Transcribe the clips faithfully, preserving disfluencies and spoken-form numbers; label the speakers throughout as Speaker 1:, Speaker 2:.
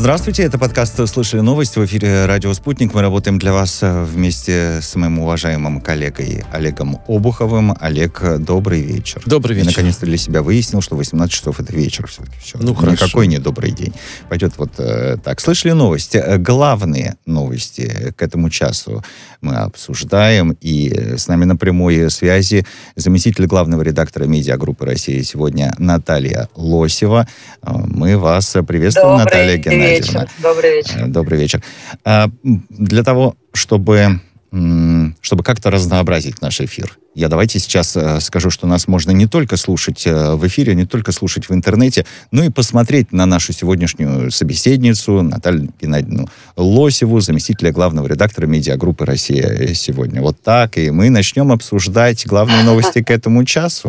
Speaker 1: Здравствуйте, это подкаст «Слышали новости». В эфире «Радио Спутник». Мы работаем для вас вместе с моим уважаемым коллегой Олегом Обуховым. Олег, добрый вечер.
Speaker 2: Добрый вечер.
Speaker 1: Я наконец-то для себя выяснил, что восемнадцать часов — это вечер все-таки. Все.
Speaker 2: Ну, хорошо.
Speaker 1: Никакой не добрый день. Пойдет вот э, так. «Слышали новости». Главные новости к этому часу мы обсуждаем. И с нами на прямой связи заместитель главного редактора медиагруппы «Россия сегодня» Наталья Лосева. Мы вас приветствуем,
Speaker 3: Добрый
Speaker 1: Наталья Геннадьевна.
Speaker 3: Вечер. Добрый вечер.
Speaker 1: Добрый вечер. Для того, чтобы, чтобы как-то разнообразить наш эфир, я давайте сейчас скажу, что нас можно не только слушать в эфире, не только слушать в интернете, но и посмотреть на нашу сегодняшнюю собеседницу Наталью Геннадьевну Лосеву, заместителя главного редактора медиагруппы «Россия сегодня». Вот так, и мы начнем обсуждать главные новости к этому часу.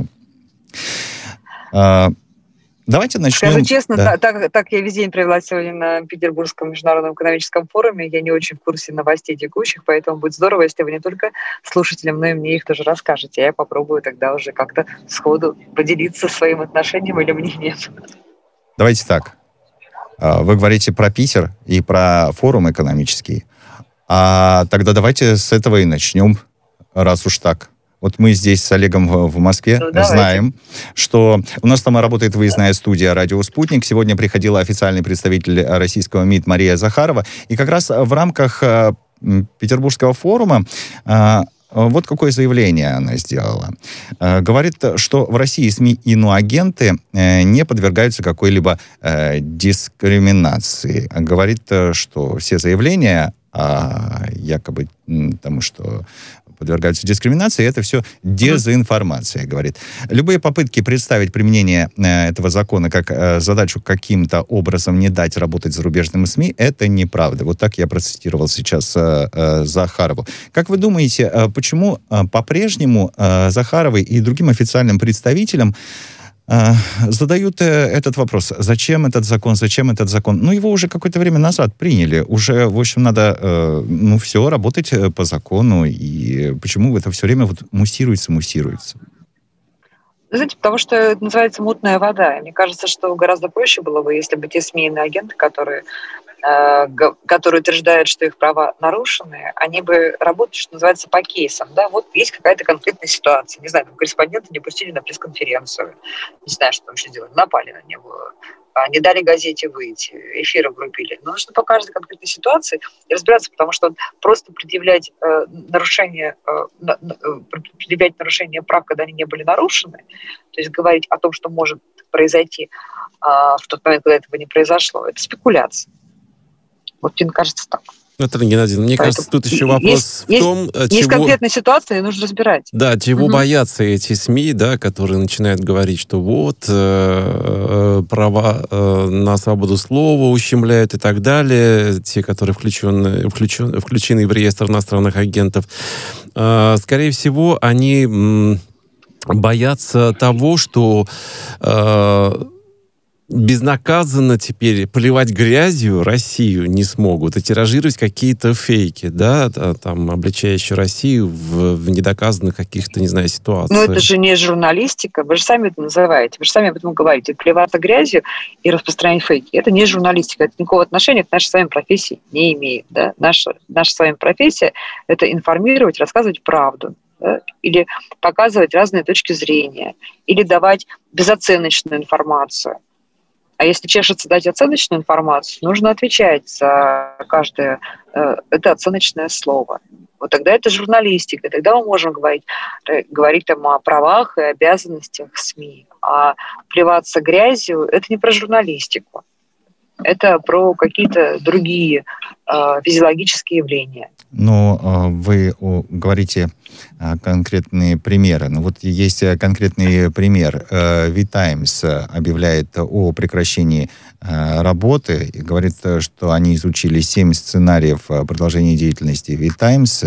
Speaker 1: Давайте начнем.
Speaker 3: Скажу честно,
Speaker 1: да.
Speaker 3: так, так, так я весь день провела сегодня на Петербургском международном экономическом форуме. Я не очень в курсе новостей текущих, поэтому будет здорово, если вы не только слушателям, но и мне их тоже расскажете. Я попробую тогда уже как-то сходу поделиться своим отношением или мнением.
Speaker 1: Давайте так. Вы говорите про Питер и про форум экономический. А тогда давайте с этого и начнем, раз уж так. Вот мы здесь с Олегом в Москве ну, знаем, что у нас там работает выездная студия «Радио Спутник». Сегодня приходила официальный представитель российского МИД Мария Захарова. И как раз в рамках Петербургского форума вот какое заявление она сделала. Говорит, что в России СМИ и иноагенты не подвергаются какой-либо дискриминации. Говорит, что все заявления якобы тому, что подвергаются дискриминации, это все дезинформация, говорит. Любые попытки представить применение э, этого закона как э, задачу каким-то образом не дать работать зарубежным СМИ, это неправда. Вот так я процитировал сейчас э, э, Захарову. Как вы думаете, э, почему э, по-прежнему э, Захаровой и другим официальным представителям задают этот вопрос. Зачем этот закон? Зачем этот закон? Ну, его уже какое-то время назад приняли. Уже, в общем, надо, ну, все, работать по закону. И почему это все время вот муссируется, муссируется?
Speaker 3: Знаете, потому что это называется мутная вода. Мне кажется, что гораздо проще было бы, если бы те СМИ и агенты, которые которые утверждают, что их права нарушены, они бы работали, что называется, по кейсам. Да? Вот есть какая-то конкретная ситуация. Не знаю, там корреспондента не пустили на пресс-конференцию. Не знаю, что там еще делали. Напали на него. Не дали газете выйти. Эфиры врубили. Но нужно по каждой конкретной ситуации разбираться, потому что просто предъявлять э, нарушение, э, предъявлять нарушение прав, когда они не были нарушены, то есть говорить о том, что может произойти э, в тот момент, когда этого не произошло, это спекуляция. Вот мне кажется так.
Speaker 2: Наталья Геннадьевна, мне Поэтому кажется, тут еще вопрос
Speaker 3: есть,
Speaker 2: в том,
Speaker 3: есть,
Speaker 2: чего...
Speaker 3: Есть конкретная ситуация, и нужно разбирать.
Speaker 2: Да, чего
Speaker 3: угу.
Speaker 2: боятся эти СМИ, да, которые начинают говорить, что вот э, права э, на свободу слова ущемляют и так далее, те, которые включены, включен, включены в реестр иностранных агентов. Э, скорее всего, они м, боятся того, что... Э, безнаказанно теперь поливать грязью Россию не смогут и тиражировать какие-то фейки, да, там, обличающие Россию в, в недоказанных каких-то, не знаю, ситуациях.
Speaker 3: Но это же не журналистика, вы же сами это называете, вы же сами об этом говорите. Плеваться грязью и распространять фейки. Это не журналистика, это никакого отношения к нашей с вами профессии не имеет. Да? Наша, наша с вами профессия – это информировать, рассказывать правду. Да? Или показывать разные точки зрения, или давать безоценочную информацию. А если чешется дать оценочную информацию, нужно отвечать за каждое э, это оценочное слово. Вот тогда это журналистика, тогда мы можем говорить, говорить там о правах и обязанностях СМИ. А плеваться грязью – это не про журналистику, это про какие-то другие э, физиологические явления.
Speaker 1: Ну, вы говорите конкретные примеры. Ну, вот есть конкретный пример. Ви-Таймс объявляет о прекращении работы и говорит, что они изучили семь сценариев продолжения деятельности Ви-Таймс.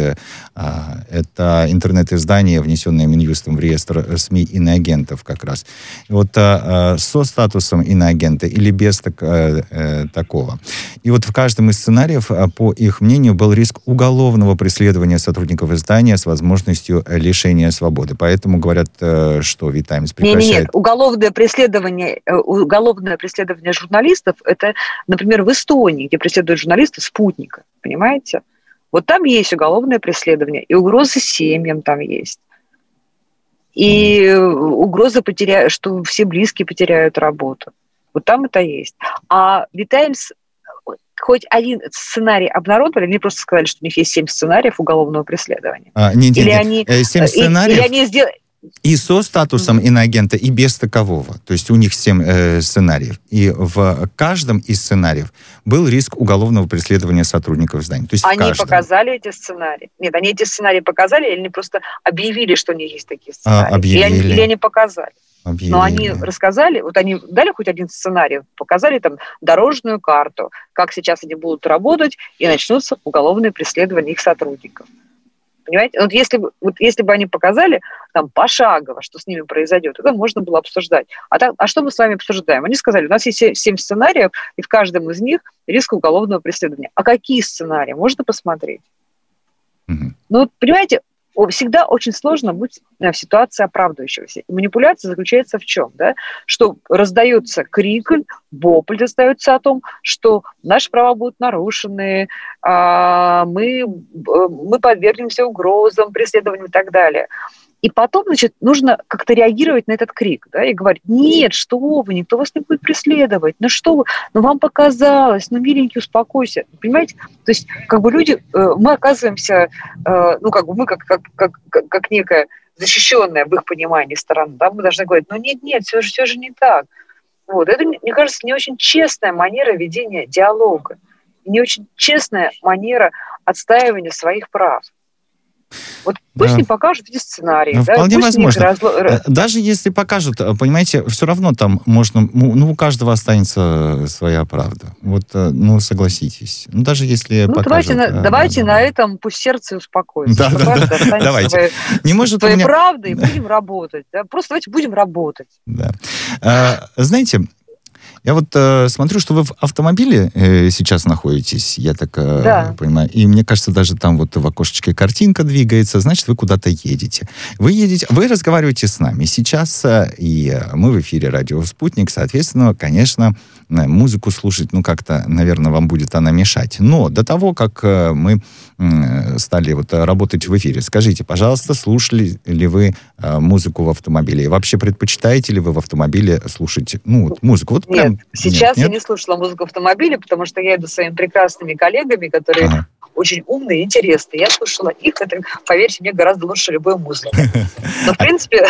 Speaker 1: Это интернет-издание, внесенное Минюстом в реестр СМИ иноагентов как раз. И вот со статусом иноагента или без так, такого. И вот в каждом из сценариев, по их мнению, был риск уголовного преследования сотрудников издания с возможностью полностью лишение свободы. Поэтому говорят, что Витаймс прекращает...
Speaker 3: Нет, нет, нет. Уголовное преследование, уголовное преследование журналистов, это, например, в Эстонии, где преследуют журналистов «Спутника», понимаете? Вот там есть уголовное преследование, и угрозы семьям там есть. И угроза, потеря... что все близкие потеряют работу. Вот там это есть. А Витаймс хоть один сценарий обнародовали, или просто сказали, что у них есть семь сценариев уголовного преследования?
Speaker 1: А, нет,
Speaker 3: или
Speaker 1: нет,
Speaker 3: они,
Speaker 1: семь сценариев?
Speaker 3: Или они сделали...
Speaker 1: И со статусом mm-hmm. иноагента, и без такового. То есть у них семь э, сценариев. И в каждом из сценариев был риск уголовного преследования сотрудников здания. То есть
Speaker 3: они показали эти сценарии? Нет, они эти сценарии показали, или они просто объявили, что у них есть такие сценарии?
Speaker 1: А, объявили.
Speaker 3: Или, они, или они показали?
Speaker 1: Объявили.
Speaker 3: Но они рассказали, вот они дали хоть один сценарий, показали там дорожную карту, как сейчас они будут работать, и начнутся уголовные преследования их сотрудников. Понимаете? Вот если, вот если бы они показали там пошагово, что с ними произойдет, это можно было обсуждать. А, так, а что мы с вами обсуждаем? Они сказали, у нас есть семь сценариев, и в каждом из них риск уголовного преследования. А какие сценарии? Можно посмотреть. Mm-hmm. Ну, понимаете, всегда очень сложно быть в ситуации оправдывающегося. И манипуляция заключается в чем? Да? Что раздается крик, вопль раздается о том, что наши права будут нарушены, мы, мы подвергнемся угрозам, преследованиям и так далее. И потом, значит, нужно как-то реагировать на этот крик, да, и говорить, нет, что вы, никто вас не будет преследовать, ну что вы, ну вам показалось, ну, миленький, успокойся, понимаете? То есть, как бы люди, мы оказываемся, ну, как бы мы как, как, как, как некая защищенная в их понимании сторона, да, мы должны говорить, ну, нет-нет, все же, все же не так. Вот, это, мне кажется, не очень честная манера ведения диалога, не очень честная манера отстаивания своих прав. Вот пусть да. не покажут эти сценарии.
Speaker 1: Ну,
Speaker 3: да,
Speaker 1: вполне возможно.
Speaker 3: Разло...
Speaker 1: Даже если покажут, понимаете, все равно там можно... Ну, у каждого останется своя правда. Вот, ну, согласитесь. Ну, даже если
Speaker 3: ну,
Speaker 1: покажут...
Speaker 3: Давайте, на, давайте да, на да. этом пусть сердце успокоится.
Speaker 1: Да, да, да. Давайте.
Speaker 3: Своей,
Speaker 1: не может
Speaker 3: своей
Speaker 1: меня...
Speaker 3: правдой и будем работать. Да? Просто давайте будем работать.
Speaker 1: Да. А, знаете... Я вот э, смотрю, что вы в автомобиле э, сейчас находитесь, я так э,
Speaker 3: да.
Speaker 1: понимаю. И мне кажется, даже там вот в окошечке картинка двигается, значит, вы куда-то едете. Вы едете, вы разговариваете с нами сейчас, э, и мы в эфире «Радио Спутник», соответственно, конечно, музыку слушать, ну, как-то, наверное, вам будет она мешать. Но до того, как э, мы э, стали вот работать в эфире, скажите, пожалуйста, слушали ли вы э, музыку в автомобиле? И вообще предпочитаете ли вы в автомобиле слушать, ну, вот, музыку? Вот
Speaker 3: нет,
Speaker 1: прям,
Speaker 3: сейчас
Speaker 1: нет, нет?
Speaker 3: я не слушала музыку в автомобиле, потому что я иду с своими прекрасными коллегами, которые ага. очень умные и интересные. Я слушала их, это, поверьте мне, гораздо лучше любой музыки. Но, в принципе...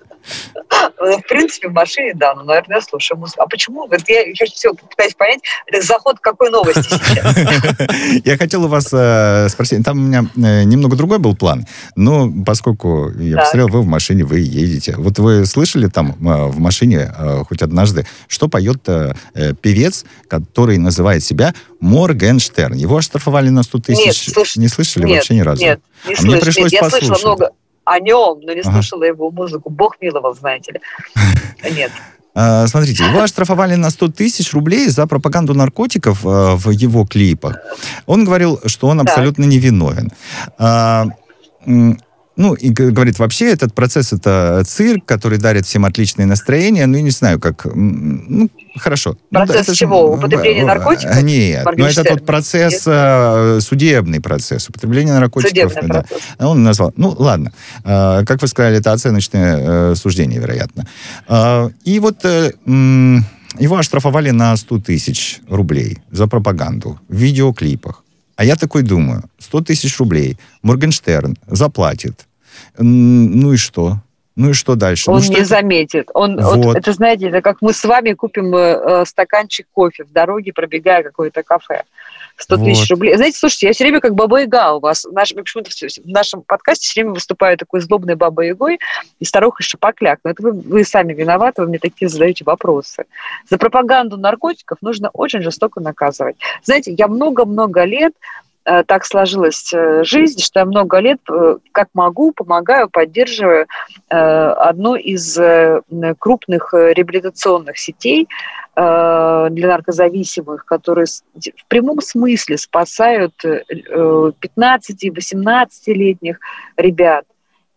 Speaker 3: В принципе, в машине, да, но, наверное, я слушаю музыку. А почему? Вот я, я все пытаюсь понять, это заход какой новости сейчас.
Speaker 1: Я хотел у вас э, спросить, там у меня э, немного другой был план, но поскольку я так. посмотрел, вы в машине, вы едете. Вот вы слышали там э, в машине э, хоть однажды, что поет э, певец, который называет себя Моргенштерн? Его оштрафовали на сто тысяч.
Speaker 3: Нет, слушайте,
Speaker 1: не слышали
Speaker 3: нет,
Speaker 1: вообще ни разу?
Speaker 3: Нет, не
Speaker 1: а
Speaker 3: слышали.
Speaker 1: Мне пришлось
Speaker 3: нет, я
Speaker 1: послушать.
Speaker 3: слышала много о нем, но не
Speaker 1: ага.
Speaker 3: слушала его музыку. Бог миловал, знаете ли. Нет.
Speaker 1: А, смотрите, его оштрафовали на сто тысяч рублей за пропаганду наркотиков а, в его клипах. Он говорил, что он абсолютно так. невиновен. А, м- Ну, и говорит, вообще этот процесс — это цирк, который дарит всем отличное настроение. Ну, я не знаю, как... Ну, хорошо.
Speaker 3: Процесс
Speaker 1: ну, это
Speaker 3: чего?
Speaker 1: же...
Speaker 3: Употребление наркотиков?
Speaker 1: Нет, но это тот процесс, Нет? судебный процесс. Употребление наркотиков.
Speaker 3: Судебный
Speaker 1: да.
Speaker 3: процесс.
Speaker 1: Он назвал. Ну, ладно. Как вы сказали, это оценочное суждение, вероятно. И вот... Его оштрафовали на сто тысяч рублей за пропаганду в видеоклипах. А я такой думаю, сто тысяч рублей Моргенштерн заплатит. Ну и что? Ну и что дальше?
Speaker 3: Он
Speaker 1: ну, что
Speaker 3: не
Speaker 1: это?
Speaker 3: заметит. Он,
Speaker 1: вот.
Speaker 3: Вот, это, знаете, это как мы с вами купим э, стаканчик кофе в дороге, пробегая какое-то кафе. сто тысяч вот. Рублей. Знаете, слушайте, я все время как Баба-Яга у вас. В нашем, почему-то в нашем подкасте все время выступаю такой злобной Бабой-Ягой и старухой Шапокляк. Но это вы, вы сами виноваты, вы мне такие задаете вопросы. За пропаганду наркотиков нужно очень жестоко наказывать. Знаете, я много-много лет так сложилась жизнь, что я много лет, как могу, помогаю, поддерживаю одну из крупных реабилитационных сетей для наркозависимых, которые в прямом смысле спасают пятнадцати-восемнадцатилетних ребят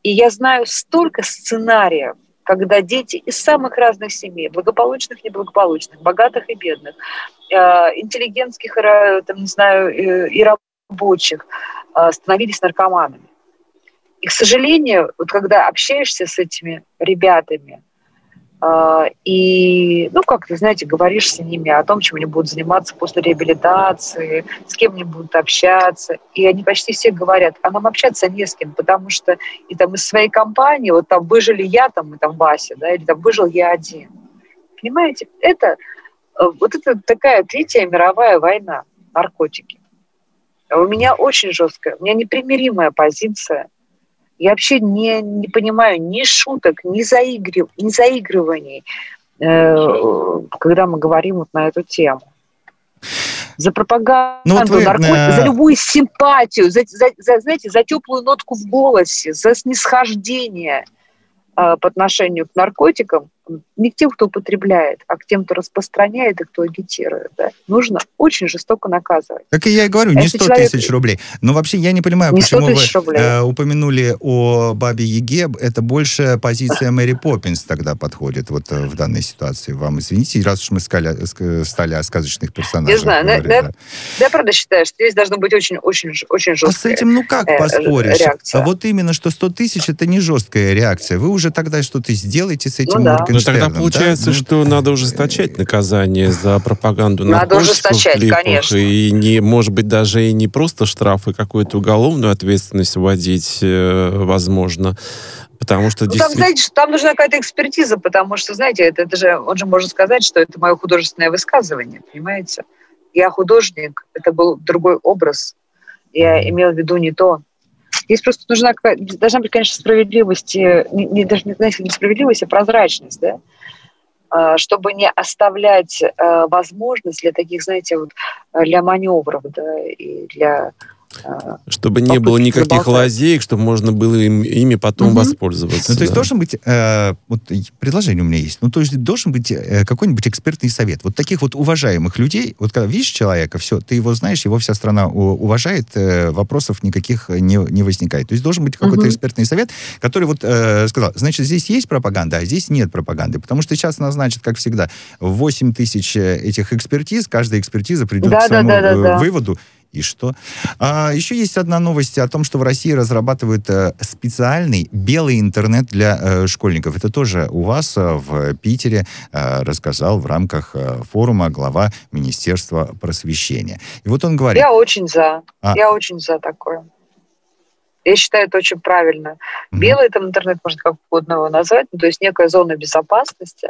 Speaker 3: И я знаю столько сценариев, когда дети из самых разных семей, благополучных, неблагополучных, богатых и бедных, интеллигентских, там, не знаю, и рабочих, становились наркоманами. И, к сожалению, вот когда общаешься с этими ребятами, и, ну, как ты, знаете, говоришь с ними о том, чем они будут заниматься после реабилитации, с кем они будут общаться, и они почти все говорят, а нам общаться не с кем, потому что и там из своей компании, вот там выжили я, там, и там Вася, да, или там выжил я один. Понимаете, это вот это такая третья мировая война, наркотики. У меня очень жесткая, у меня непримиримая позиция. Я вообще не, не понимаю ни шуток, ни, заигрыв, ни заигрываний, э, когда мы говорим вот на эту тему. За пропаганду ну, вот вы, наркотиков, э... за любую симпатию, за, за, за, знаете, за теплую нотку в голосе, за снисхождение э, по отношению к наркотикам, не к тем, кто употребляет, а к тем, кто распространяет и кто агитирует. Да? Нужно очень жестоко наказывать.
Speaker 1: Как и я и говорю, не сто тысяч рублей. Но вообще я не понимаю, не почему вы э, упомянули о Бабе Яге. Это больше позиция Мэри Поппинс тогда подходит вот э, в данной ситуации. Вам извините, раз уж мы скали, стали о сказочных персонажах.
Speaker 3: Я знаю, говорить, да, да. Да, я правда считаю, что здесь должно быть очень, очень, очень жесткая
Speaker 1: реакция. А с этим, ну как э, поспоришь?
Speaker 3: Реакция.
Speaker 1: А вот именно, что сто тысяч это не жесткая реакция. Вы уже тогда что-то сделаете с этим, ну, да.
Speaker 2: Но тогда получается, да? что ну, надо ужесточать наказание за пропаганду наркотиков в клипах.
Speaker 3: Конечно.
Speaker 2: И, не, может быть, даже и не просто штрафы, какую-то уголовную ответственность вводить, э, возможно. Потому что
Speaker 3: ну,
Speaker 2: действительно...
Speaker 3: Там, знаете, там нужна какая-то экспертиза, потому что, знаете, это, это же, он же может сказать, что это мое художественное высказывание, понимаете? Я художник, это был другой образ. Я имела в виду не то. Здесь просто нужна должна быть, конечно, справедливость, не, не, даже не, знаете, не справедливость, а прозрачность, да? Чтобы не оставлять возможность для таких, знаете, вот, для маневров, да, и для...
Speaker 2: Чтобы не было никаких заболтать. лазеек, чтобы можно было им, ими потом угу. воспользоваться.
Speaker 1: Ну, то есть
Speaker 2: да.
Speaker 1: должен быть, э, вот предложение у меня есть, ну, то есть должен быть э, какой-нибудь экспертный совет. Вот таких вот уважаемых людей, вот когда видишь человека, все, ты его знаешь, его вся страна уважает, э, вопросов никаких не, не возникает. То есть должен быть какой-то угу. экспертный совет, который вот э, сказал, значит, здесь есть пропаганда, а здесь нет пропаганды. Потому что сейчас назначат, как всегда, восемь тысяч этих экспертиз, каждая экспертиза придет да, к своему да, да, да, выводу. И что? А, еще есть одна новость о том, что в России разрабатывают э, специальный белый интернет для э, школьников. Это тоже у вас э, в Питере э, рассказал в рамках э, форума глава Министерства просвещения. И вот он говорит...
Speaker 3: Я очень за. А... Я очень за такое. Я считаю, это очень правильно. Mm-hmm. Белый там интернет, можно как угодно его назвать, ну, то есть некая зона безопасности,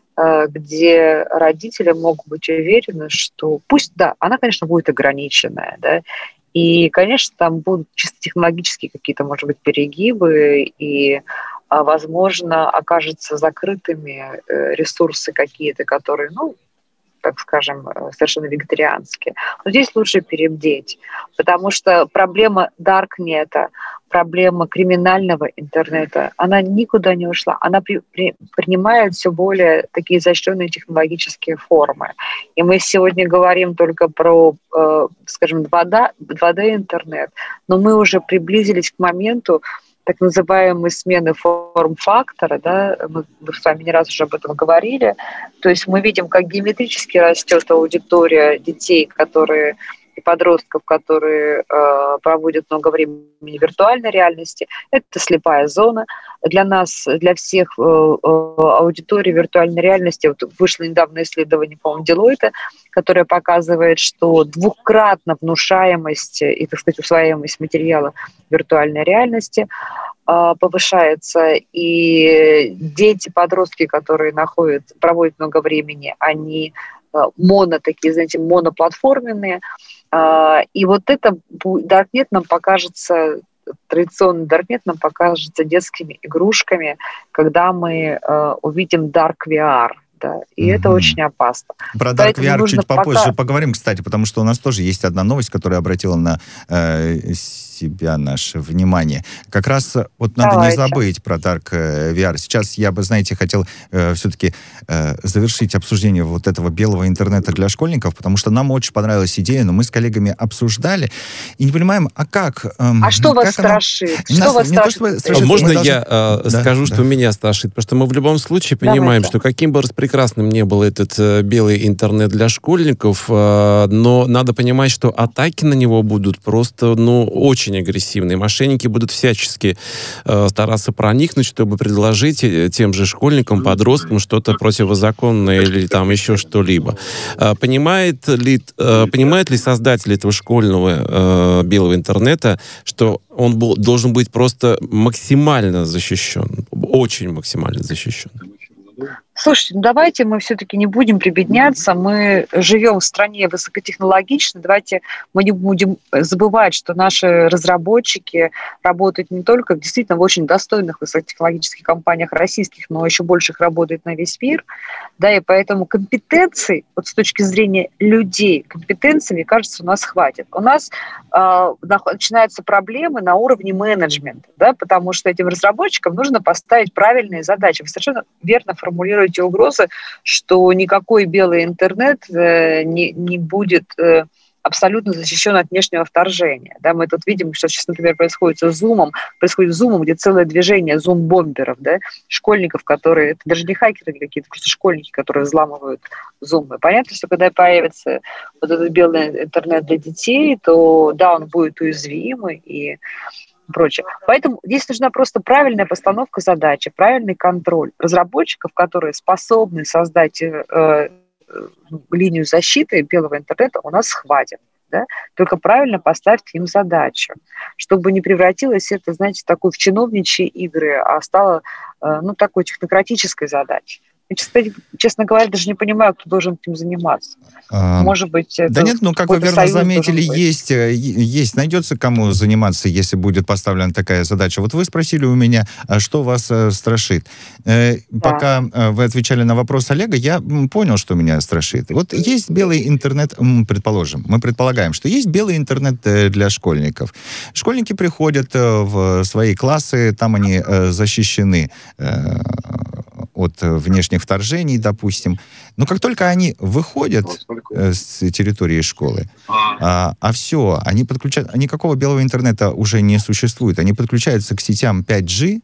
Speaker 3: где родители могут быть уверены, что пусть, да, она, конечно, будет ограниченная, да, и, конечно, там будут чисто технологические какие-то, может быть, перегибы, и, возможно, окажутся закрытыми ресурсы какие-то, которые, ну, так скажем, совершенно вегетарианские. Но здесь лучше перебдеть, потому что проблема даркнета, проблема криминального интернета, она никуда не ушла. Она при, при, принимает все более такие изощренные технологические формы. И мы сегодня говорим только про, э, скажем, два дэ интернет, но мы уже приблизились к моменту так называемой смены форм-фактора, да, мы, мы с вами не раз уже об этом говорили, то есть мы видим, как геометрически растет аудитория детей, которые и подростков, которые э, проводят много времени в виртуальной реальности. Это слепая зона. Для нас, для всех э, э, аудиторий виртуальной реальности, вот вышло недавно исследование, по-моему, Делойта, которое показывает, что двукратно внушаемость и, так сказать, усваиваемость материала виртуальной реальности э, повышается, и дети, подростки, которые находят, проводят много времени, они э, моно, такие, знаете, моноплатформенные. И вот это Darknet нам покажется, традиционный Darknet нам покажется детскими игрушками, когда мы э, увидим Dark ви ар. Да, и mm-hmm. это очень опасно.
Speaker 1: Про Dark ви ар чуть попозже пока... поговорим, кстати, потому что у нас тоже есть одна новость, которая обратила на э, себя наше внимание. Как раз вот надо
Speaker 3: Давайте.
Speaker 1: не забыть про Dark ви ар. Сейчас я бы, знаете, хотел э, все-таки э, завершить обсуждение вот этого белого интернета для школьников, потому что нам очень понравилась идея, но мы с коллегами обсуждали и не понимаем, а как... Эм,
Speaker 3: а что
Speaker 1: как
Speaker 3: вас
Speaker 1: оно...
Speaker 3: страшит? Что
Speaker 1: Нас,
Speaker 3: вас
Speaker 1: не то,
Speaker 3: страшит?
Speaker 1: что страшит,
Speaker 2: Можно
Speaker 1: должны...
Speaker 2: я э,
Speaker 1: да,
Speaker 2: скажу,
Speaker 1: да.
Speaker 2: что меня страшит? Потому что мы в любом случае понимаем,
Speaker 3: Давайте.
Speaker 2: что каким бы распрекрасным ни был этот э, белый интернет для школьников, э, но надо понимать, что атаки на него будут просто, ну, очень агрессивные. Мошенники будут всячески э, стараться проникнуть, чтобы предложить э, тем же школьникам, подросткам что-то противозаконное или там еще что-либо. Э, понимает ли, э, понимает ли создатель этого школьного э, белого интернета, что он был, должен быть просто максимально защищен, очень максимально защищен?
Speaker 3: Слушайте, ну давайте мы все-таки не будем прибедняться. Мы живем в стране высокотехнологичной. Давайте мы не будем забывать, что наши разработчики работают не только действительно в очень достойных высокотехнологических компаниях российских, но еще больше их работает на весь мир. Да, и поэтому компетенций, вот с точки зрения людей, компетенций, мне кажется, у нас хватит. У нас э, начинаются проблемы на уровне менеджмента, да, потому что этим разработчикам нужно поставить правильные задачи. Вы совершенно верно формулируете угрозы, что никакой белый интернет э, не, не будет э, абсолютно защищен от внешнего вторжения. Да, мы тут видим, что сейчас, например, происходит с Zoom, происходит с Zoom, где целое движение зум-бомберов, да, школьников, которые, это даже не хакеры какие-то, просто школьники, которые взламывают Zoom. И понятно, что когда появится вот этот белый интернет для детей, то да, он будет уязвимый и прочее. Поэтому здесь нужна просто правильная постановка задачи, правильный контроль разработчиков, которые способны создать э, э, линию защиты белого интернета, у нас хватит. Да? Только правильно поставьте им задачу, чтобы не превратилось это, знаете, такой в чиновничьи игры, а стало э, ну, такой технократической задачей. Я, кстати, честно говоря, даже не понимаю, кто должен этим заниматься.
Speaker 1: А,
Speaker 3: Может быть,
Speaker 1: да нет, ну, как вы верно заметили,
Speaker 3: есть,
Speaker 1: есть, есть, найдется кому заниматься, если будет поставлена такая задача. Вот вы спросили у меня, что вас э, страшит. Э, да. Пока э, вы отвечали на вопрос Олега, я понял, что меня страшит. Вот есть белый интернет, предположим, мы предполагаем, что есть белый интернет для школьников. Школьники приходят в свои классы, там они э, защищены э, от внешних вторжений, допустим. Но как только они выходят э, с территории школы, а, а все, они подключают, никакого белого интернета уже не существует. Они подключаются к сетям пять джи,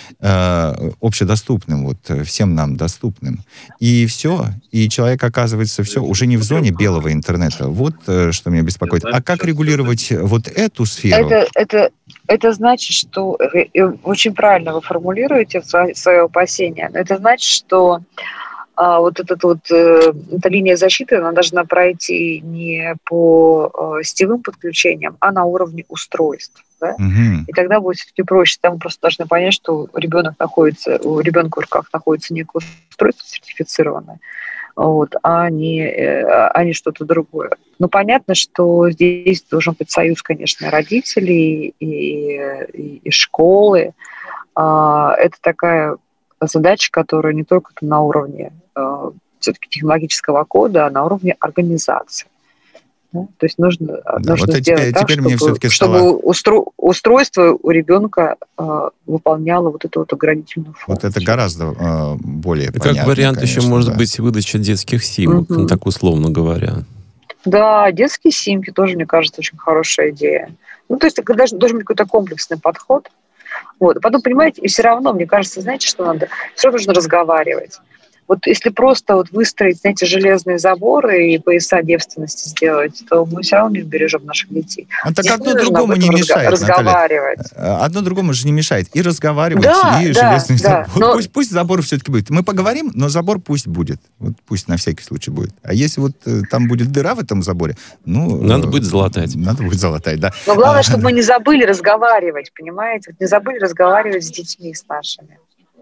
Speaker 1: э, общедоступным, вот, всем нам доступным. И все. И человек оказывается все уже не в зоне белого интернета. Вот э, что меня беспокоит. А как регулировать вот эту сферу?
Speaker 3: Это, это, это значит, что... Очень правильно вы формулируете свое опасение. Это значит, что а, вот, этот вот э, эта линия защиты, она должна пройти не по э, сетевым подключениям, а на уровне устройств. Да?
Speaker 1: Угу. И
Speaker 3: тогда будет все-таки проще. Там просто должны понять, что ребенок находится, у ребенка в руках находится некое устройство сертифицированное, вот, а не, а не что-то другое. Но понятно, что здесь должен быть союз, конечно, родителей и, и, и школы. А, это такая задача, которая не только на уровне а, все-таки технологического кода, а на уровне организации. Да? То есть нужно, да, нужно
Speaker 1: вот
Speaker 3: сделать
Speaker 1: теперь,
Speaker 3: так,
Speaker 1: теперь
Speaker 3: чтобы,
Speaker 1: мне все-таки
Speaker 3: чтобы
Speaker 1: стало...
Speaker 3: устро, устройство у ребенка э, выполняло вот эту вот оградительную функцию.
Speaker 1: Вот это гораздо э, более
Speaker 2: как
Speaker 1: понятно.
Speaker 2: Как вариант
Speaker 1: конечно,
Speaker 2: еще может
Speaker 1: да.
Speaker 2: быть выдача детских симок, угу. так условно говоря.
Speaker 3: Да, детские симки тоже, мне кажется, очень хорошая идея. Ну, то есть должен, должен быть какой-то комплексный подход. Вот. Потом, понимаете, и все равно, мне кажется, знаете, что надо? Все равно нужно разговаривать. Вот если просто вот выстроить, знаете, железные заборы и пояса девственности сделать, то мы все равно не бережем наших детей.
Speaker 1: А так одно другому не мешает,
Speaker 3: разговаривать.
Speaker 1: Наталья. Одно другому же не мешает. И разговаривать,
Speaker 3: да,
Speaker 1: и
Speaker 3: да,
Speaker 1: железный
Speaker 3: да,
Speaker 1: забор.
Speaker 3: но...
Speaker 1: Пусть, пусть забор все-таки будет. Мы поговорим, но забор пусть будет. Вот пусть на всякий случай будет. А если вот там будет дыра в этом заборе, ну...
Speaker 2: Надо будет залатать.
Speaker 1: Надо будет залатать, да.
Speaker 3: Но главное, чтобы мы не забыли разговаривать, понимаете? Не забыли разговаривать с детьми, с нашими.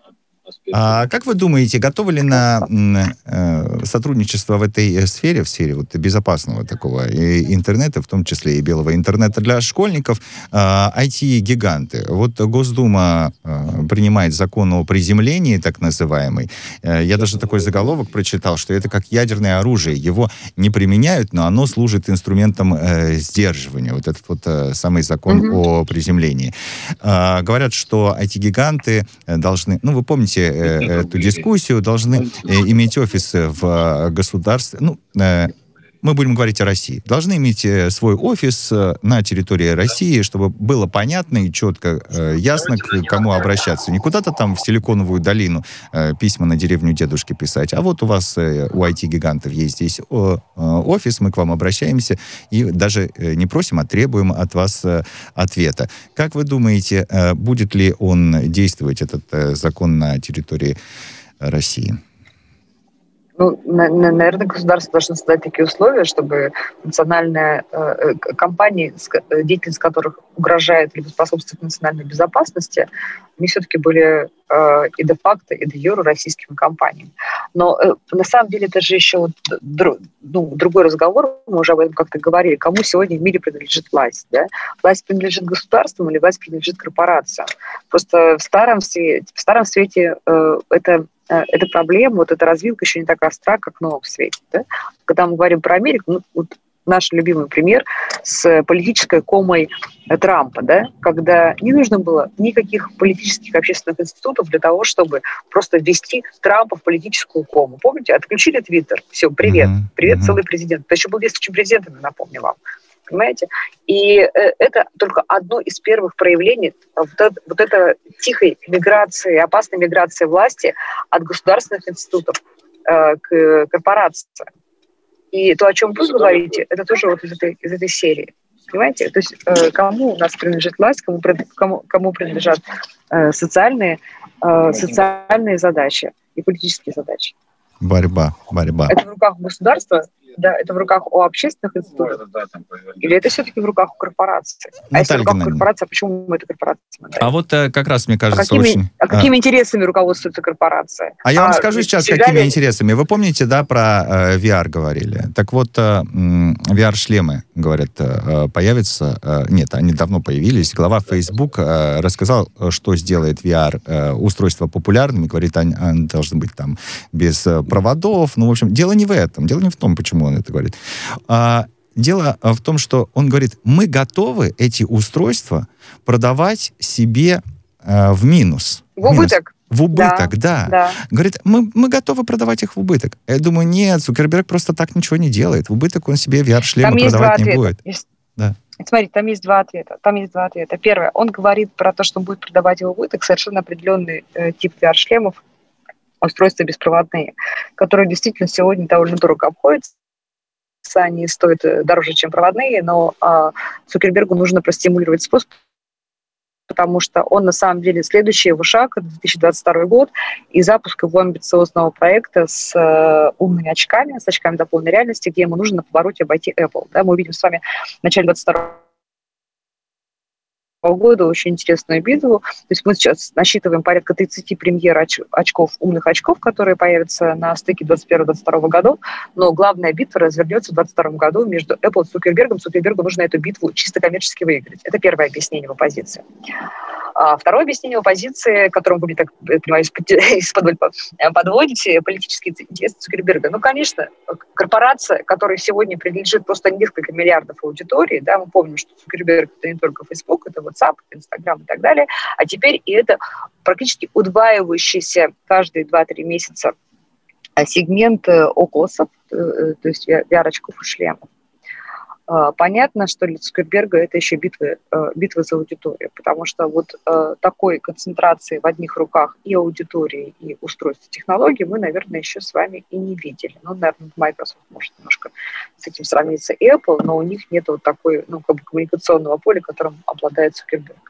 Speaker 1: А как вы думаете, готовы ли на э, сотрудничество в этой сфере, в сфере вот, безопасного такого и интернета, в том числе и белого интернета для школьников, э, ай ти-гиганты? Вот Госдума э, принимает закон о приземлении, так называемый. Э, я даже такой заголовок прочитал, что это как ядерное оружие. Его не применяют, но оно служит инструментом э, сдерживания. Вот этот вот э, самый закон mm-hmm. о приземлении. Э, говорят, что ай ти-гиганты должны... Ну, вы помните эту дискуссию, должны иметь офисы в государстве, ну, мы будем говорить о России, должны иметь свой офис на территории России, чтобы было понятно и четко, ясно, к кому обращаться. Не куда-то там в Силиконовую долину письма на деревню дедушки писать, а вот у вас, у ай ти-гигантов есть здесь офис, мы к вам обращаемся и даже не просим, а требуем от вас ответа. Как вы думаете, будет ли он действовать, этот закон, на территории России?
Speaker 3: Ну, наверное, государство должно создать такие условия, чтобы национальные э, компании, деятельность которых угрожает либо способствует национальной безопасности, они все-таки были э, и де-факто, и де-юре российскими компаниями. Но э, на самом деле это же еще вот, дру, ну, другой разговор, мы уже об этом как-то говорили, кому сегодня в мире принадлежит власть. Да? Власть принадлежит государству или власть принадлежит корпорациям. Просто в старом свете, в старом свете э, это... эта проблема, вот эта развилка еще не так остра, как в новом свете. Да? Когда мы говорим про Америку, ну, вот наш любимый пример с политической комой Трампа, да? Когда не нужно было никаких политических общественных институтов для того, чтобы просто ввести Трампа в политическую кому. Помните, отключили Твиттер, все, привет, mm-hmm. привет, mm-hmm. целый президент. Это еще был действующим президентом, я напомню вам. Понимаете? И это только одно из первых проявлений вот, это, вот этой тихой миграции, опасной миграции власти от государственных институтов э, к корпорациям. И то, о чем вы говорите, это тоже вот из этой, из этой серии. Понимаете? То есть э, кому у нас принадлежит власть, кому, кому, кому принадлежат э, социальные, э, социальные задачи и политические задачи.
Speaker 1: Борьба, борьба.
Speaker 3: Это в руках государства. Да, это в руках у общественных институтов? Или это все-таки в руках у корпораций? А если в руках корпорации, а почему это корпорация?
Speaker 1: А вот как раз, мне кажется,
Speaker 3: а какими,
Speaker 1: очень...
Speaker 3: А какими а... интересами руководствуется корпорация?
Speaker 1: А я вам
Speaker 3: а
Speaker 1: скажу сейчас, какими ли... интересами. Вы помните, да, про э, ви ар говорили? Так вот, э, ви ар-шлемы, говорят, э, появятся... Э, нет, они давно появились. Глава Facebook э, рассказал, что сделает ви ар-устройства популярными. Говорит, они, они должны быть там без проводов. Ну, в общем, дело не в этом. Дело не в том, почему он это говорит. А, дело в том, что он говорит, мы готовы эти устройства продавать себе а, в минус.
Speaker 3: В убыток.
Speaker 1: В убыток, да.
Speaker 3: да. да.
Speaker 1: Говорит, мы, мы готовы продавать их в убыток. Я думаю, нет, Цукерберг просто так ничего не делает. В убыток он себе ви ар-шлемы продавать не будет.
Speaker 3: Есть...
Speaker 1: Да.
Speaker 3: Смотрите, там есть два ответа. Там есть два ответа. Первое, он говорит про то, что он будет продавать его в убыток, совершенно определенный э, тип ви ар-шлемов, устройства беспроводные, которые действительно сегодня довольно дорого обходятся. Они стоят дороже, чем проводные, но а, Цукербергу нужно простимулировать способ, потому что он на самом деле следующий его шаг, две тысячи двадцать второй год, и запуск его амбициозного проекта с э, умными очками, с очками до полной реальности, где ему нужно на повороте обойти Apple. Да, мы увидим с вами в начале двадцать второго года очень интересную битву. То есть мы сейчас насчитываем порядка тридцать премьер оч- очков, умных очков, которые появятся на стыке двадцать первого двадцать второго годов, но главная битва развернется в двадцать втором году между Apple и Цукербергом. Цукербергу нужно эту битву чисто коммерчески выиграть. Это первое объяснение его позиции. А второе объяснение его позиции, которым вы, так понимаю, из-под подводите политические интересы Цукерберга. Ну, конечно, корпорация, которая сегодня принадлежит просто несколько миллиардов аудитории, да, мы помним, что Цукерберг — это не только Facebook, это WhatsApp, Instagram и так далее, а теперь и это практически удваивающийся каждые два-три месяца сегмент околосов, то есть ви ар-очков и шлемов. Понятно, что для Цукерберга это еще битва, битва за аудиторию, потому что вот такой концентрации в одних руках и аудитории, и устройств технологий мы, наверное, еще с вами и не видели. Ну, наверное, Microsoft может немножко с этим сравниться и Apple, но у них нет вот такой, ну, как бы коммуникационного поля, которым обладает Цукерберг.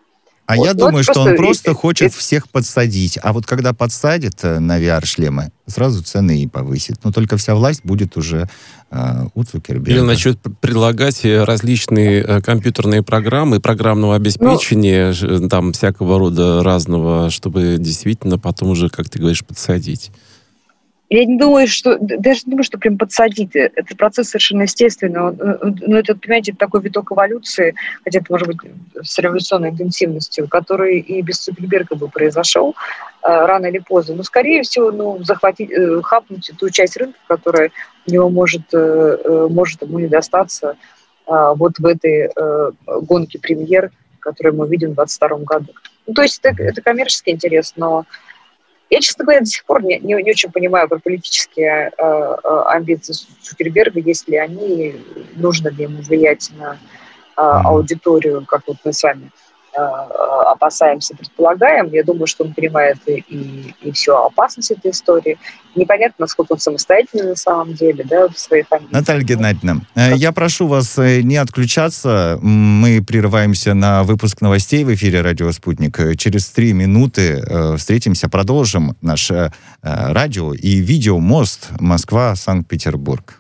Speaker 1: А
Speaker 3: вот.
Speaker 1: я
Speaker 3: Ну,
Speaker 1: думаю, что
Speaker 3: просто,
Speaker 1: он просто
Speaker 3: это,
Speaker 1: хочет
Speaker 3: это...
Speaker 1: всех подсадить. А вот когда подсадит на ви ар-шлемы, сразу цены и повысит. Но только вся власть будет уже э, у Цукерберга.
Speaker 2: Или начнет предлагать различные э, компьютерные программы, программного обеспечения, ну, там всякого рода разного, чтобы действительно потом уже, как ты говоришь, подсадить.
Speaker 3: Я не думаю, что... Даже не думаю, что прям подсадить. Это процесс совершенно естественный. Ну, это, понимаете, такой виток эволюции, хотя это может быть с революционной интенсивностью, который и без Цукерберга бы произошел рано или поздно. Но, скорее всего, ну, захватить, хапнуть ту часть рынка, которая у него может, может ему не достаться вот в этой гонке премьер, которую мы видим в двадцать втором году. Ну, то есть это, это коммерческий интерес, но я, честно говоря, до сих пор не, не, не очень понимаю про политические э, э, амбиции Цукерберга, если они, нужно ли ему влиять на э, аудиторию, как вот мы с вами э, опасаемся, предполагаем. Я думаю, что он понимает и, и, и всю опасность этой истории. Непонятно, насколько он самостоятельный на самом деле, да, в своих амбициях.
Speaker 1: Наталья Геннадьевна, я прошу вас не отключаться. Мы прерываемся на выпуск новостей в эфире «Радио Спутник». Через три минуты встретимся, продолжим наш радио и видеомост Москва-Санкт-Петербург.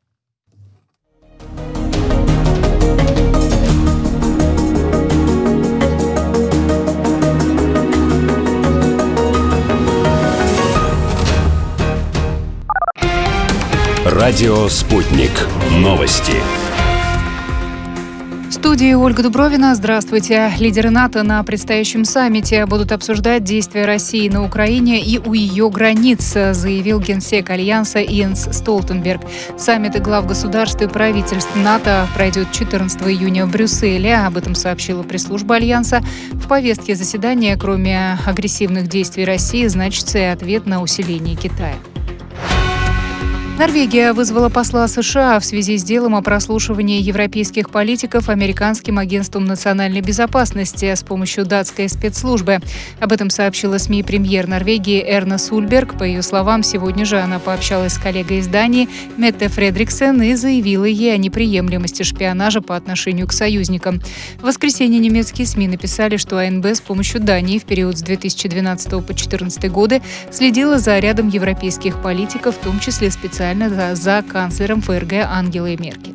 Speaker 4: Радио «Спутник». Новости.
Speaker 5: В студии Ольга Дубровина. Здравствуйте. Лидеры НАТО на предстоящем саммите будут обсуждать действия России на Украине и у ее границ, заявил генсек Альянса Йенс Столтенберг. Саммит глав государств и правительств НАТО пройдет четырнадцатого июня в Брюсселе. Об этом сообщила пресс-служба Альянса. В повестке заседания, кроме агрессивных действий России, значится и ответ на усиление Китая. Норвегия вызвала посла США в связи с делом о прослушивании европейских политиков американским агентством национальной безопасности с помощью датской спецслужбы. Об этом сообщила СМИ премьер Норвегии Эрна Сульберг. По ее словам, сегодня же она пообщалась с коллегой из Дании Метте Фредриксен и заявила ей о неприемлемости шпионажа по отношению к союзникам. В воскресенье немецкие СМИ написали, что АНБ с помощью Дании в период с две тысячи двенадцатого по две тысячи четырнадцатый годы следила за рядом европейских политиков, в том числе специально За, за канцлером ФРГ Ангелой Меркель.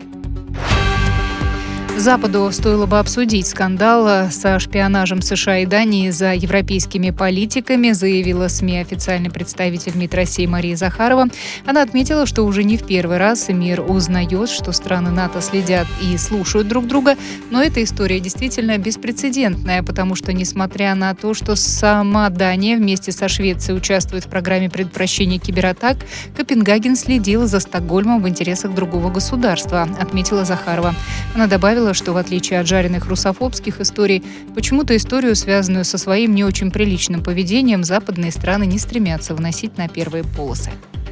Speaker 5: Западу стоило бы обсудить скандал со шпионажем США и Дании за европейскими политиками, заявила СМИ официальный представитель МИД России Мария Захарова. Она отметила, что уже не в первый раз мир узнает, что страны НАТО следят и слушают друг друга, но эта история действительно беспрецедентная, потому что, несмотря на то, что сама Дания вместе со Швецией участвует в программе предотвращения кибератак, Копенгаген следил за Стокгольмом в интересах другого государства, отметила Захарова. Она добавила, что в отличие от жареных русофобских историй, почему-то историю, связанную со своим не очень приличным поведением, западные страны не стремятся вносить на первые полосы.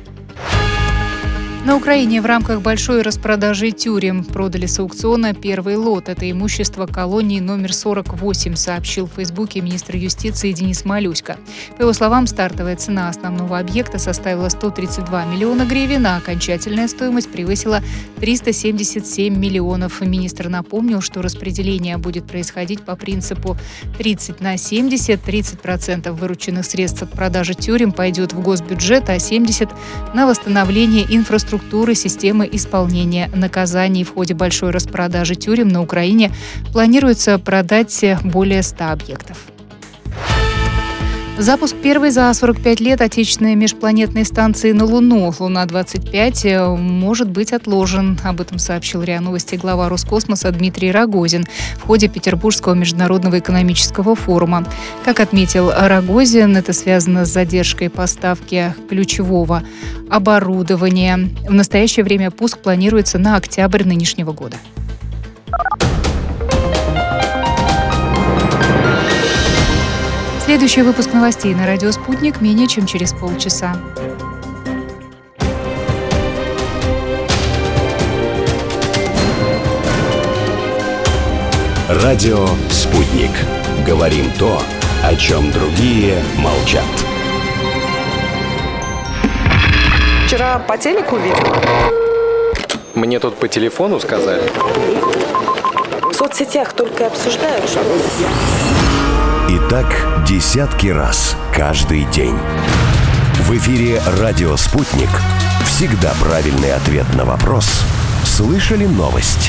Speaker 5: На Украине в рамках большой распродажи тюрем продали с аукциона первый лот. Это имущество колонии номер сорок восемь, сообщил в Фейсбуке министр юстиции Денис Малюська. По его словам, стартовая цена основного объекта составила сто тридцать два миллиона гривен, а окончательная стоимость превысила триста семьдесят семь миллионов. Министр напомнил, что распределение будет происходить по принципу тридцать на семьдесят. тридцать процентов вырученных средств от продажи тюрем пойдет в госбюджет, а семьдесят процентов на восстановление инфраструктуры структуры системы исполнения наказаний. В ходе большой распродажи тюрем на Украине планируется продать более ста объектов. Запуск первой за сорок пять лет отечественной межпланетной станции на Луну «Луна-двадцать пять» может быть отложен. Об этом сообщил РИА Новости глава Роскосмоса Дмитрий Рогозин в ходе Петербургского международного экономического форума. Как отметил Рогозин, это связано с задержкой поставки ключевого оборудования. В настоящее время пуск планируется на октябрь нынешнего года. Следующий выпуск новостей на радио «Спутник» менее чем через полчаса.
Speaker 4: Радио «Спутник». Говорим то, о чем другие молчат.
Speaker 6: Вчера по телеку видела.
Speaker 7: Мне тут по телефону сказали.
Speaker 6: В соцсетях только обсуждают, что...
Speaker 4: И так десятки раз каждый день. В эфире «Радио Спутник». Всегда правильный ответ на вопрос. Слышали новость?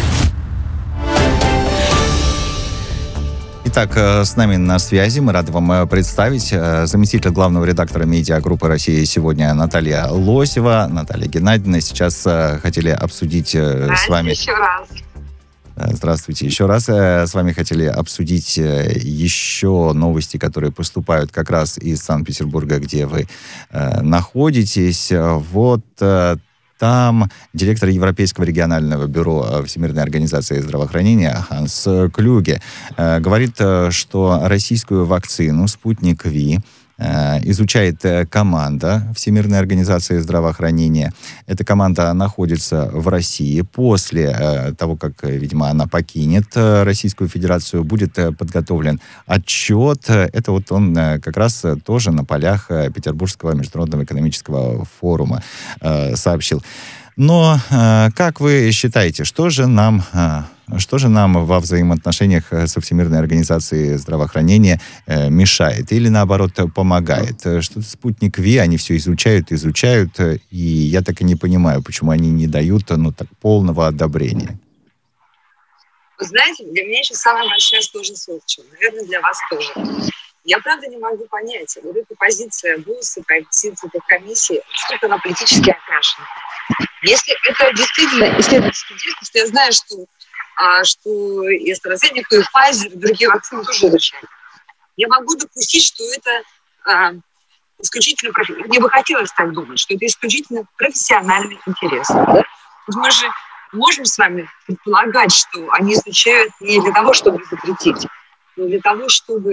Speaker 1: Итак, с нами на связи, мы рады вам представить заместитель главного редактора медиагруппы «Россия сегодня» Наталья Лосева. Наталья Геннадьевна, сейчас хотели обсудить с вами...
Speaker 3: еще раз.
Speaker 1: Здравствуйте еще раз. С вами хотели обсудить еще новости, которые поступают как раз из Санкт-Петербурга, где вы находитесь. Вот там директор Европейского регионального бюро Всемирной организации здравоохранения Ханс Клюге говорит, что российскую вакцину «Спутник Ви» изучает команда Всемирной организации здравоохранения. Эта команда находится в России. После того, как, видимо, она покинет Российскую Федерацию, будет подготовлен отчет. Это вот он как раз тоже на полях Петербургского международного экономического форума сообщил. Но как вы считаете, что же нам... Что же нам во взаимоотношениях со Всемирной организацией здравоохранения э, мешает или, наоборот, помогает? Что-то «Спутник Ви», они все изучают, изучают, и я так и не понимаю, почему они не дают, ну, так, полного одобрения.
Speaker 3: Вы знаете, для меня сейчас самая большая сложность в чем. Наверное, для вас тоже. Я, правда, не могу понять, вот эта позиция ВОЗ и позиция этой комиссии, насколько она политически окрашена. Если это действительно исследовательский деятельность, я знаю, что А что и AstraZeneca, и Pfizer, и другие вакцины тоже изучают. Я могу допустить, что это а, исключительно... Мне бы хотелось так думать, что это исключительно профессиональный интерес. Да? Мы же можем с вами предполагать, что они изучают не для того, чтобы запретить, но для того, чтобы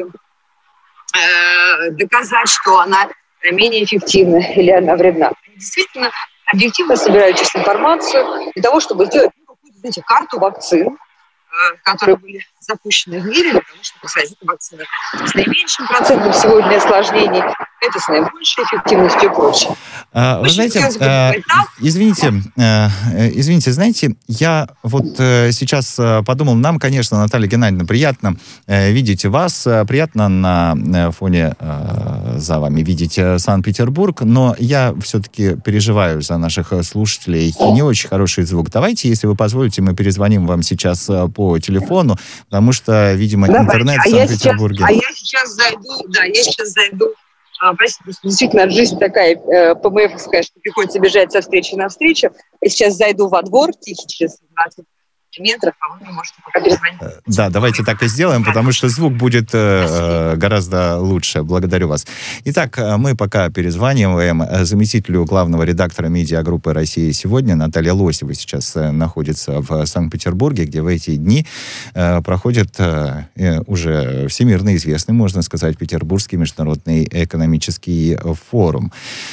Speaker 3: э, доказать, что она менее эффективна или она вредна. Они действительно объективно собирают сейчас информацию для того, чтобы сделать знаете, карту вакцин, которые были запущены в мире, для того, чтобы посадить вакцины с наименьшим процентом сегодня осложнений, это с наибольшей эффективностью и прочее.
Speaker 1: А, вы знаете, а, извините, а, извините, знаете, я вот а, сейчас подумал, нам, конечно, Наталья Геннадьевна, приятно а, видеть вас, а, приятно на фоне а, за вами видеть Санкт-Петербург, но я все-таки переживаю за наших слушателей, и не очень хороший звук. Давайте, если вы позволите, мы перезвоним вам сейчас по телефону, потому что, видимо, Давайте. интернет в
Speaker 3: а
Speaker 1: Санкт-Петербурге...
Speaker 3: Я сейчас, а я сейчас зайду, да, я сейчас зайду, а, простите, действительно, жизнь такая э, ПМФовская, что приходится бежать со встречи на встречу. Я сейчас зайду во двор, тихий, через двадцать метров, а вы можете пока перезвонить.
Speaker 1: Да, давайте так и сделаем, потому что звук будет э, гораздо лучше. Благодарю вас. Итак, мы пока перезваниваем заместителю главного редактора медиагруппы «Россия сегодня» Наталья Лосева сейчас находится в Санкт-Петербурге, где в эти дни э, проходит э, уже всемирно известный, можно сказать, Петербургский международный экономический форум.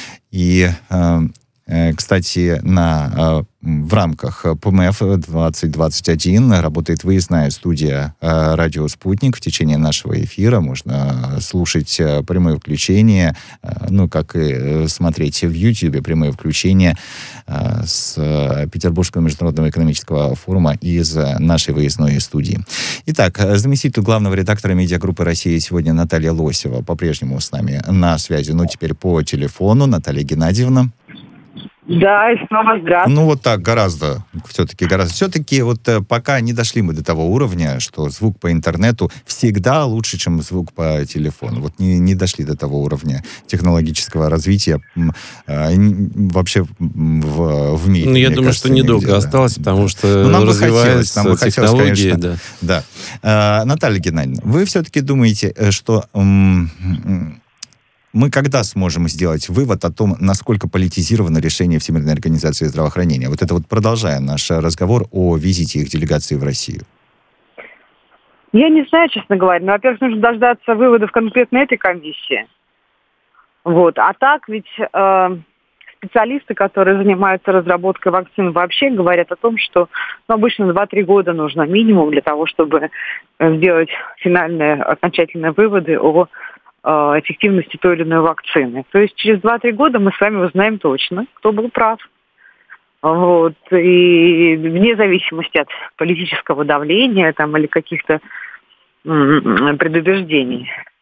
Speaker 1: И э, Кстати, на, в рамках ПМФ двадцать двадцать один работает выездная студия «Радио Спутник». В течение нашего эфира можно слушать прямые включения, ну, как и смотреть в Ютьюбе прямые включения с Петербургского международного экономического форума из нашей выездной студии. Итак, заместитель главного редактора медиагруппы «Россия сегодня» Наталья Лосева по-прежнему с нами на связи, но теперь по телефону. Наталья Геннадьевна.
Speaker 3: Да, и снова здравствуйте.
Speaker 1: Ну, вот так, гораздо, все-таки, гораздо. Все-таки вот пока не дошли мы до того уровня, что звук по интернету всегда лучше, чем звук по телефону. Вот не, не дошли до того уровня технологического развития э, вообще в, в мире.
Speaker 2: Ну, я думаю, кажется, что недолго нигде, осталось, да. потому что ну, нам развиваются нам технологии. Конечно,
Speaker 1: да. Да. Э, Наталья Геннадьевна, вы все-таки думаете, что... М- Мы когда сможем сделать вывод о том, насколько политизировано решение Всемирной организации здравоохранения? Вот это вот продолжая наш разговор о визите их делегации в Россию.
Speaker 8: Я не знаю, честно говоря. Но, во-первых, нужно дождаться выводов конкретно этой комиссии. Вот. А так ведь э, специалисты, которые занимаются разработкой вакцин, вообще говорят о том, что ну, обычно два-три года нужно минимум для того, чтобы сделать финальные, окончательные выводы о эффективности той или иной вакцины. То есть через два-три года мы с вами узнаем точно, кто был прав. Вот. И вне зависимости от политического давления там, или каких-то м- предубеждений.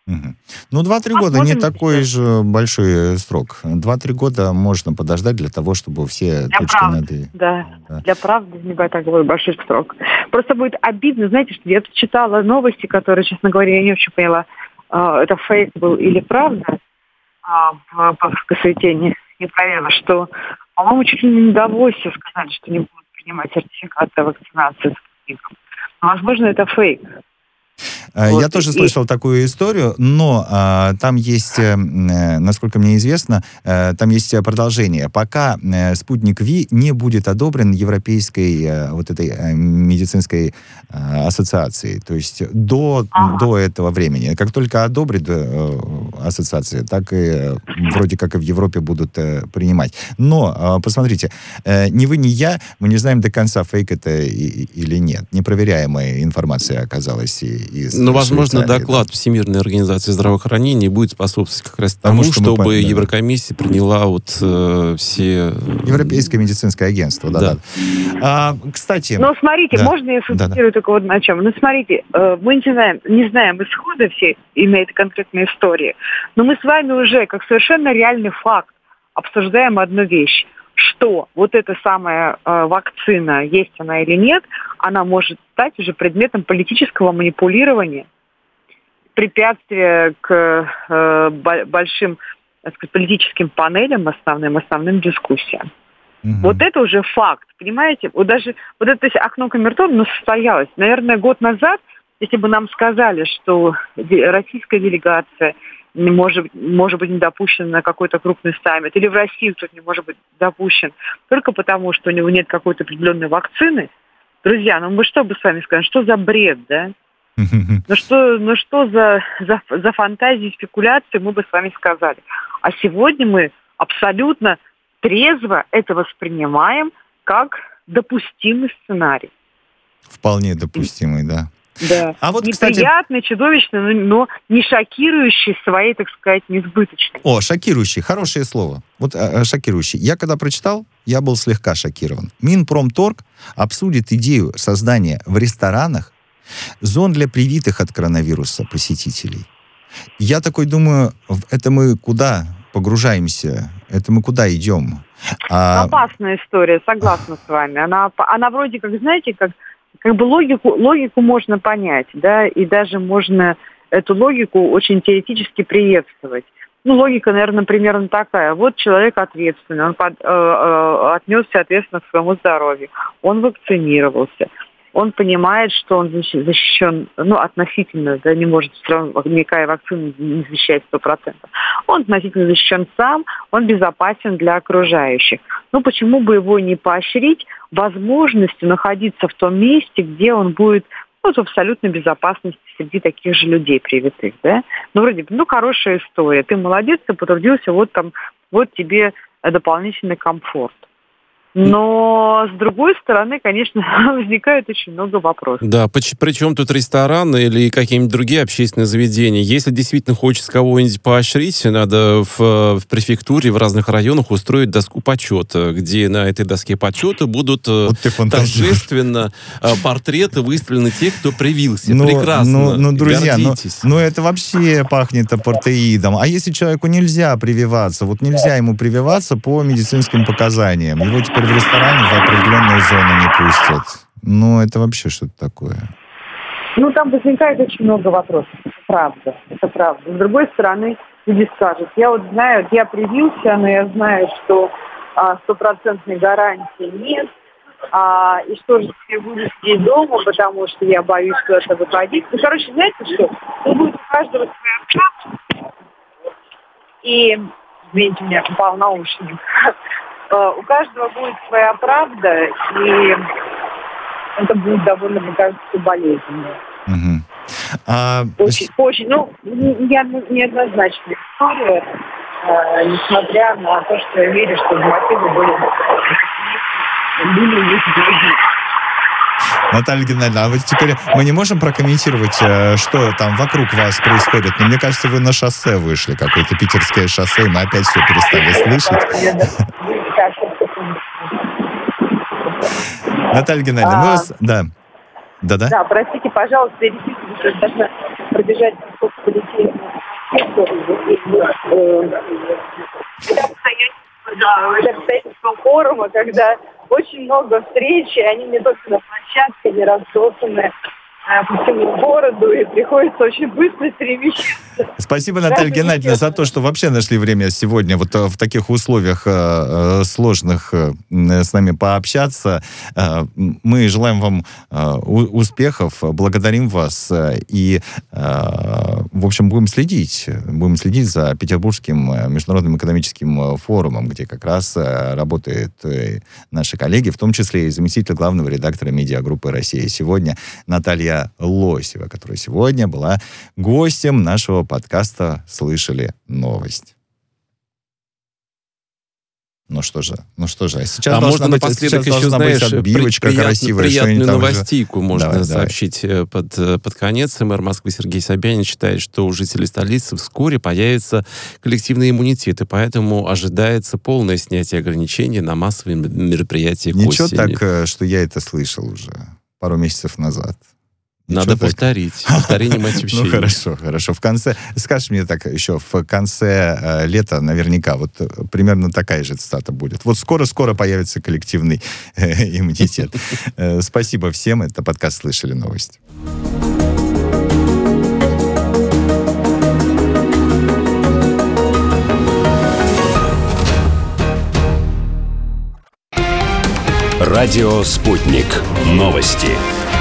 Speaker 1: Угу. Ну, два-три
Speaker 8: А
Speaker 1: года
Speaker 8: можем
Speaker 1: не такой
Speaker 8: сейчас.
Speaker 1: же большой срок. Два-три года можно подождать для того, чтобы все
Speaker 8: Для
Speaker 1: точки
Speaker 8: правды,
Speaker 1: над «и».
Speaker 8: да.
Speaker 1: Да.
Speaker 8: Для правды не бывает такой большой срок. Просто будет обидно, знаете, что я тут читала новости, которые, честно говоря, я не очень поняла, а, это фейк был или правда, а, в посвящении не проверила, что, по-моему, чуть ли не до Войси сказали, что не будут принимать сертификаты о вакцинации спутником. Возможно, это фейк.
Speaker 1: А,
Speaker 8: Вот,
Speaker 1: Я тоже
Speaker 8: и-
Speaker 1: слышал такую историю, но а, там есть, э, м, насколько мне известно, э, там есть э, продолжение. Пока э, спутник Ви не будет одобрен Европейской э, вот этой э, медицинской э, ассоциацией, то есть до,
Speaker 8: Ага.
Speaker 1: до этого времени. Как только одобрит э, ассоциация, так и э, вроде как и в Европе будут э, принимать. Но, э, посмотрите, э, ни вы, ни я, мы не знаем до конца, фейк это и- или нет. Непроверяемая информация оказалась и- из
Speaker 2: Ну, возможно,
Speaker 1: Швейцарии,
Speaker 2: доклад
Speaker 1: да.
Speaker 2: Всемирной организации здравоохранения будет способствовать как раз
Speaker 1: Тому,
Speaker 2: тому,
Speaker 1: что мы
Speaker 2: чтобы
Speaker 1: пон- да.
Speaker 2: Еврокомиссия приняла вот э, все...
Speaker 1: Европейское медицинское агентство, да,
Speaker 2: Да.
Speaker 1: да. А, кстати,
Speaker 8: Ну, смотрите,
Speaker 1: Да.
Speaker 8: можно я
Speaker 1: Да,
Speaker 8: субсидирую только вот на чем? Ну, смотрите, э, мы не знаем, не знаем исхода всей именно этой конкретной истории, но мы с вами уже, как совершенно реальный факт, обсуждаем одну вещь, что вот эта самая э, вакцина, есть она или нет, она может стать уже предметом политического манипулирования, препятствия к э, бо- большим, так сказать, политическим панелям, основным, основным дискуссиям.
Speaker 1: мгм.
Speaker 8: Вот это уже факт, понимаете? Вот даже вот это то есть, окно камертона, оно состоялось. Наверное, год назад, если бы нам сказали, что де- российская делегация не может, может быть не допущена на какой-то крупный саммит, или в Россию кто-то не может быть допущен только потому, что у него нет какой-то определенной вакцины, друзья, ну мы что бы с вами сказали, что за бред, да? Ну что, ну что за, за, за фантазии, спекуляции, мы бы с вами сказали. А сегодня мы абсолютно трезво это воспринимаем как допустимый сценарий.
Speaker 1: Вполне допустимый, да.
Speaker 8: Да.
Speaker 1: А вот, кстати,
Speaker 8: Неприятный, чудовищный, но, но не шокирующий своей, так сказать, несбыточностью.
Speaker 1: о, шокирующий, хорошее слово. Вот э, шокирующий. Я когда прочитал, я был слегка шокирован. Минпромторг обсудит идею создания в ресторанах зон для привитых от коронавируса посетителей. Я такой думаю, в- это мы куда погружаемся? Это мы куда идем? А,
Speaker 8: Опасная история, согласна с вами. Она, опа- она вроде как, знаете, как, как бы логику, логику можно понять, да, и даже можно эту логику очень теоретически приветствовать. Ну, логика, наверное, примерно такая. Вот человек ответственный, он под, э, э, отнесся ответственно к своему здоровью, он вакцинировался, он понимает, что он защи- защищен, ну, относительно, да, не может все равно никакая вакцина не защищать сто процентов. Он относительно защищен сам, он безопасен для окружающих. Ну, почему бы его не поощрить возможностью находиться в том месте, где он будет, ну, в абсолютной безопасности среди таких же людей привитых, да? Ну, вроде бы, ну, хорошая история. Ты молодец, ты потрудился, вот там, вот тебе дополнительный комфорт. Но, с другой стороны, конечно, возникает очень много вопросов.
Speaker 2: Да, поч- причем тут рестораны или какие-нибудь другие общественные заведения. Если действительно хочется кого-нибудь поощрить, надо в, в префектуре, в разных районах устроить доску почета, где на этой доске почета будут э,
Speaker 1: вот ты фантазируешь.
Speaker 2: торжественно э, портреты выставлены тех, кто привился.
Speaker 1: Ну,
Speaker 2: Прекрасно.
Speaker 1: ну, ну, друзья, ну,
Speaker 2: Гордитесь.
Speaker 1: ну это вообще пахнет апартеидом. А если человеку нельзя прививаться, вот нельзя ему прививаться по медицинским показаниям, его теперь в ресторане в определенную зону не пустят. Ну, это вообще что-то такое.
Speaker 8: Ну, там возникает очень много вопросов. Это правда. Это правда. С другой стороны, люди скажут, я вот знаю, я привился, но я знаю, что а, стопроцентной гарантии нет. А, и что же, я буду сидеть дома, потому что я боюсь куда-то выходить. Ну, короче, знаете что? Ну, будет у каждого своя правда. И, извините, у меня упал наушник. У каждого будет своя правда, и это будет довольно, мне кажется, болезненно.
Speaker 1: Мгм. А,
Speaker 8: Очень, очень, ну, я неоднозначная история, э, несмотря на то, что я верю, что мотивы были были есть другие.
Speaker 1: Наталья Геннадьевна, а вот теперь мы не можем прокомментировать, э, что там вокруг вас происходит? Но мне кажется, вы на шоссе вышли, какое-то питерское шоссе, и мы опять все перестали слышать. Наталья Геннадьевна, мы вас... Да. Да-да?
Speaker 8: Да, простите, пожалуйста, я действительно должна пробежать сколько полетели для обстоятельства форума, когда очень много встреч, и они не только на площадке, они разбросаны по всему городу, и приходится очень быстро перемещаться.
Speaker 1: Спасибо, Наталья Геннадьевна, за то, что вообще нашли время сегодня вот в таких условиях э, сложных э, с нами пообщаться. Э, мы желаем вам э, успехов, благодарим вас э, и, э, в общем, будем следить. Будем следить за Петербургским международным экономическим форумом, где как раз э, работают э, наши коллеги, в том числе и заместитель главного редактора медиагруппы «Россия сегодня» Наталья Лосева, которая сегодня была гостем нашего подкаста «Слышали новость». Ну что же, ну что же, сейчас
Speaker 2: а можно
Speaker 1: быть,
Speaker 2: напоследок
Speaker 1: сейчас
Speaker 2: еще, знаешь,
Speaker 1: отбивочка
Speaker 2: приятную,
Speaker 1: красивая,
Speaker 2: приятную новостейку
Speaker 1: уже...
Speaker 2: можно
Speaker 1: давай,
Speaker 2: сообщить давай. Под, под конец. Мэр Москвы Сергей Собянин считает, что у жителей столицы вскоре появится коллективный иммунитет, и поэтому ожидается полное снятие ограничений на массовые мероприятия к
Speaker 1: Ничего
Speaker 2: осени.
Speaker 1: так, что я это слышал уже пару месяцев назад.
Speaker 2: Надо
Speaker 1: Ничего
Speaker 2: повторить. Так... Повторение мать учения.
Speaker 1: Ну, хорошо, хорошо. В конце, скажешь мне так еще, в конце э, лета наверняка вот примерно такая же цитата будет. Вот скоро-скоро появится коллективный э, иммунитет. Э, спасибо всем. Это подкаст «Слышали новость».
Speaker 4: Радио «Спутник». Новости.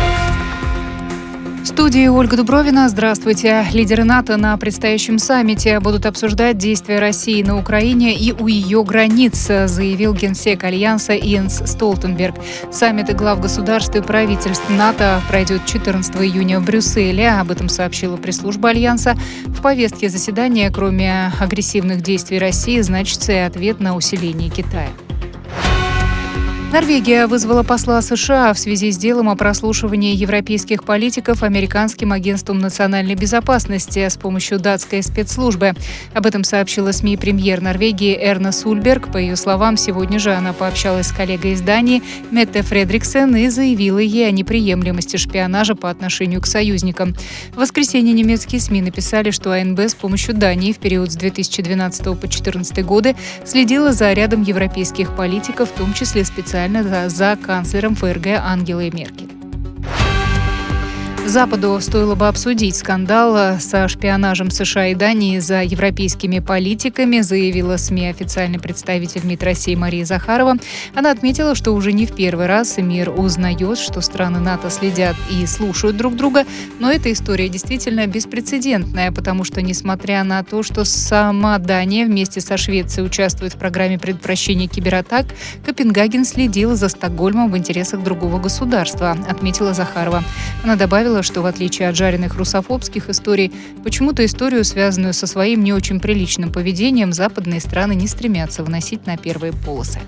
Speaker 5: В студии Ольга Дубровина. Здравствуйте. Лидеры НАТО на предстоящем саммите будут обсуждать действия России на Украине и у ее границ, заявил генсек Альянса Йенс Столтенберг. Саммит глав государств и правительств НАТО пройдет четырнадцатого июня в Брюсселе. Об этом сообщила пресс-служба Альянса. В повестке заседания, кроме агрессивных действий России, значится и ответ на усиление Китая. Норвегия вызвала посла США в связи с делом о прослушивании европейских политиков американским агентством национальной безопасности с помощью датской спецслужбы. Об этом сообщила СМИ премьер Норвегии Эрна Сульберг. По ее словам, сегодня же она пообщалась с коллегой из Дании Метте Фредриксен и заявила ей о неприемлемости шпионажа по отношению к союзникам. В воскресенье немецкие СМИ написали, что АНБ с помощью Дании в период с две тысячи двенадцатого по две тысячи четырнадцатый годы следила за рядом европейских политиков, в том числе специально За, за канцлером ФРГ Ангелой Меркель. Западу стоило бы обсудить скандал со шпионажем США и Дании за европейскими политиками, заявила СМИ официальный представитель МИД России Мария Захарова. Она отметила, что уже не в первый раз мир узнает, что страны НАТО следят и слушают друг друга, но эта история действительно беспрецедентная, потому что, несмотря на то, что сама Дания вместе со Швецией участвует в программе предотвращения кибератак, Копенгаген следил за Стокгольмом в интересах другого государства, отметила Захарова. Она добавила, что в отличие от жареных русофобских историй, почему-то историю, связанную со своим не очень приличным поведением, западные страны не стремятся вносить на первые полосы.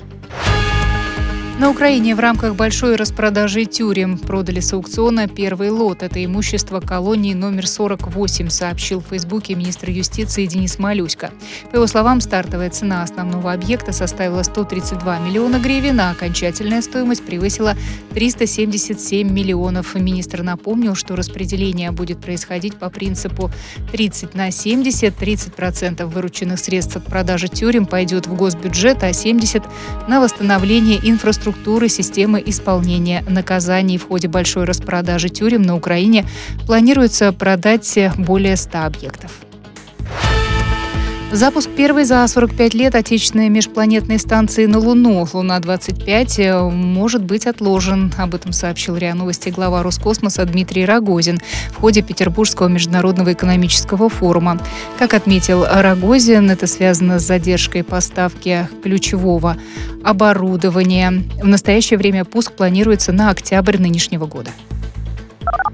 Speaker 5: На Украине в рамках большой распродажи тюрем продали с аукциона первый лот. Это имущество колонии номер сорок восемь, сообщил в Фейсбуке министр юстиции Денис Малюська. По его словам, стартовая цена основного объекта составила сто тридцать два миллиона гривен, а окончательная стоимость превысила триста семьдесят семь миллионов. Министр напомнил, что распределение будет происходить по принципу тридцать на семьдесят. тридцать процентов вырученных средств от продажи тюрем пойдет в госбюджет, а семьдесят процентов на восстановление инфраструктуры системы исполнения наказаний. В ходе большой распродажи тюрем на Украине планируется продать более ста объектов. Запуск первой за сорок пять лет отечественной межпланетной станции на Луну «Луна-двадцать пять» может быть отложен. Об этом сообщил РИА Новости глава Роскосмоса Дмитрий Рогозин в ходе Петербургского международного экономического форума. Как отметил Рогозин, это связано с задержкой поставки ключевого оборудования. В настоящее время пуск планируется на октябрь нынешнего года.